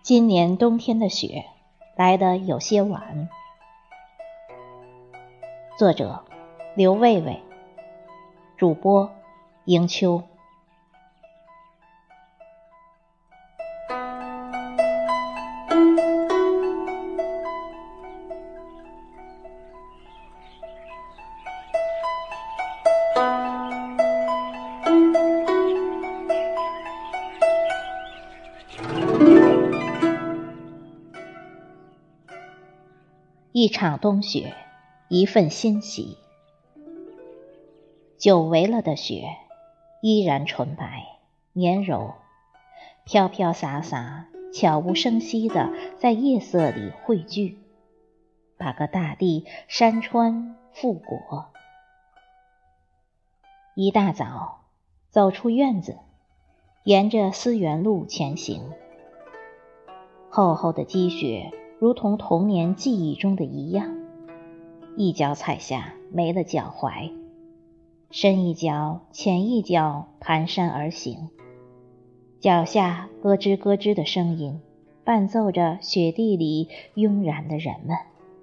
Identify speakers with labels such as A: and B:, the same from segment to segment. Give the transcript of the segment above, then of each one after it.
A: 今年冬天的雪来得有些晚。作者刘卫卫，主播迎秋。一场冬雪，一份欣喜。久违了的雪，依然纯白绵柔，飘飘洒洒，悄无声息地在夜色里汇聚，把个大地山川覆裹。一大早走出院子，沿着思源路前行，厚厚的积雪如同童年记忆中的一样，一脚踩下没了脚踝，深一脚浅一脚蹒跚而行，脚下咯吱咯吱的声音伴奏着雪地里慵然的人们。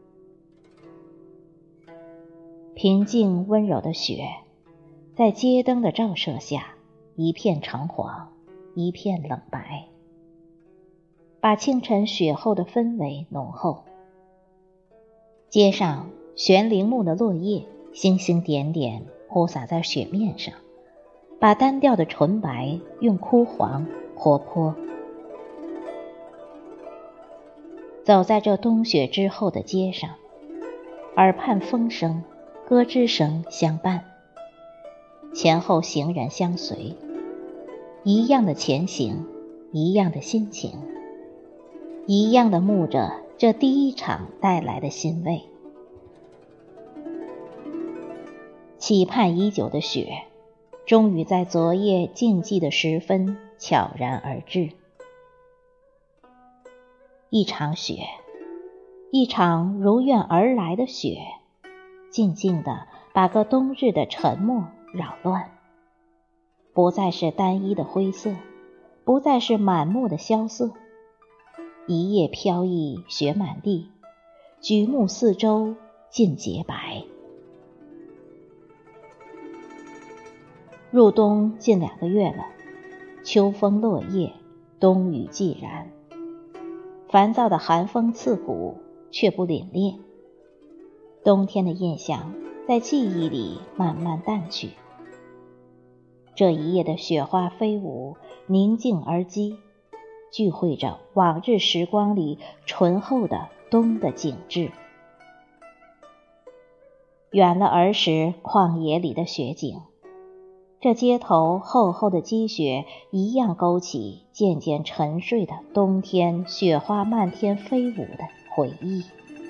A: 平静温柔的雪，在街灯的照射下，一片橙黄，一片冷白，把清晨雪后的氛围浓厚。街上悬铃木的落叶星星点点铺洒在雪面上，把单调的纯白用枯黄活泼。走在这冬雪之后的街上，耳畔风声咯吱声相伴，前后行人相随，一样的前行，一样的心情，一样的沐着这第一场带来的欣慰。期盼已久的雪，终于在昨夜静寂的时分悄然而至。一场雪，一场如愿而来的雪，静静地把个冬日的沉默扰乱，不再是单一的灰色，不再是满目的萧瑟，一夜飘逸雪满地，举目四周尽洁白。入冬近2个月了，秋风落叶，冬雨既然，烦躁的寒风刺骨，却不凛冽。冬天的印象在记忆里慢慢淡去。这一夜的雪花飞舞，宁静而积，聚会着往日时光里醇厚的冬的景致。远了儿时旷野里的雪景，这街头厚厚的积雪一样勾起渐渐沉睡的冬天雪花漫天飞舞的回忆。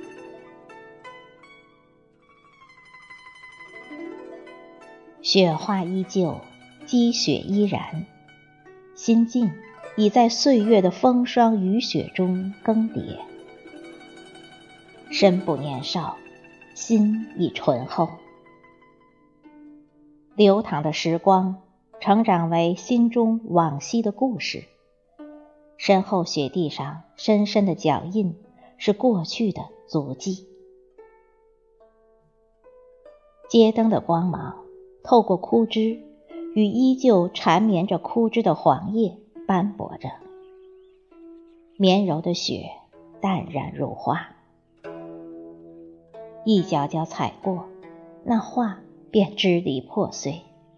A: 雪花依旧，积雪依然，心境已在岁月的风霜雨雪中更迭。身不年少，心已醇厚。流淌的时光，成长为心中往昔的故事。身后雪地上深深的脚印，是过去的足迹。街灯的光芒透过枯枝，与依旧缠绵着枯枝的黄叶斑驳着。绵柔的雪淡然如花，一脚脚踩过，那花便支离破碎。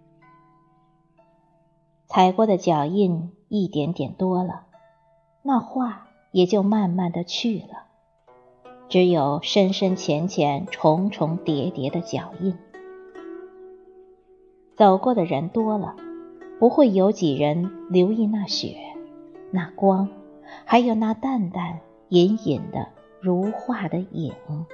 A: 踩过的脚印一点点多了，那花也就慢慢的去了，只有深深浅浅重重叠叠的脚印。走过的人多了，不会有几人留意那雪，那光，还有那淡淡隐隐的如画的影。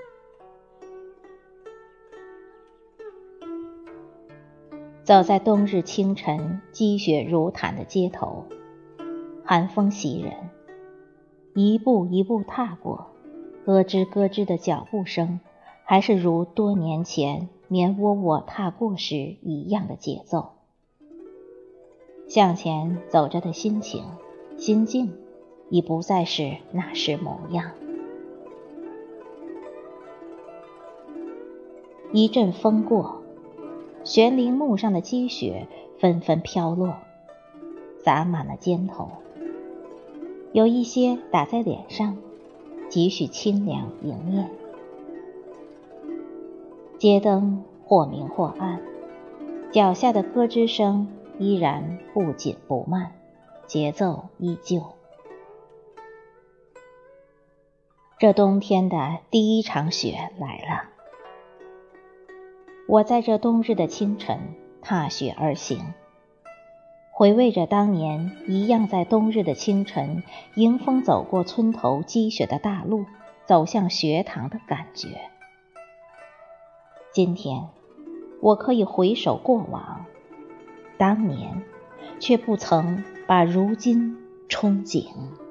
A: 走在冬日清晨积雪如毯的街头，寒风袭人，一步一步踏过，咯吱咯吱的脚步声，还是如多年前棉窝窝踏过时一样的节奏。向前走着的心情心境， 已不再是那时模样。一阵风过，悬铃木上的积雪纷纷飘落，洒满了肩头，有一些打在脸上，几许清凉迎面。街灯或明或暗，脚下的咯吱声依然不紧不慢，节奏依旧。这冬天的第一场雪来了。我在这冬日的清晨踏雪而行，回味着当年一样在冬日的清晨迎风走过村头积雪的大路，走向学堂的感觉。今天我可以回首过往，当年却不曾把如今憧憬。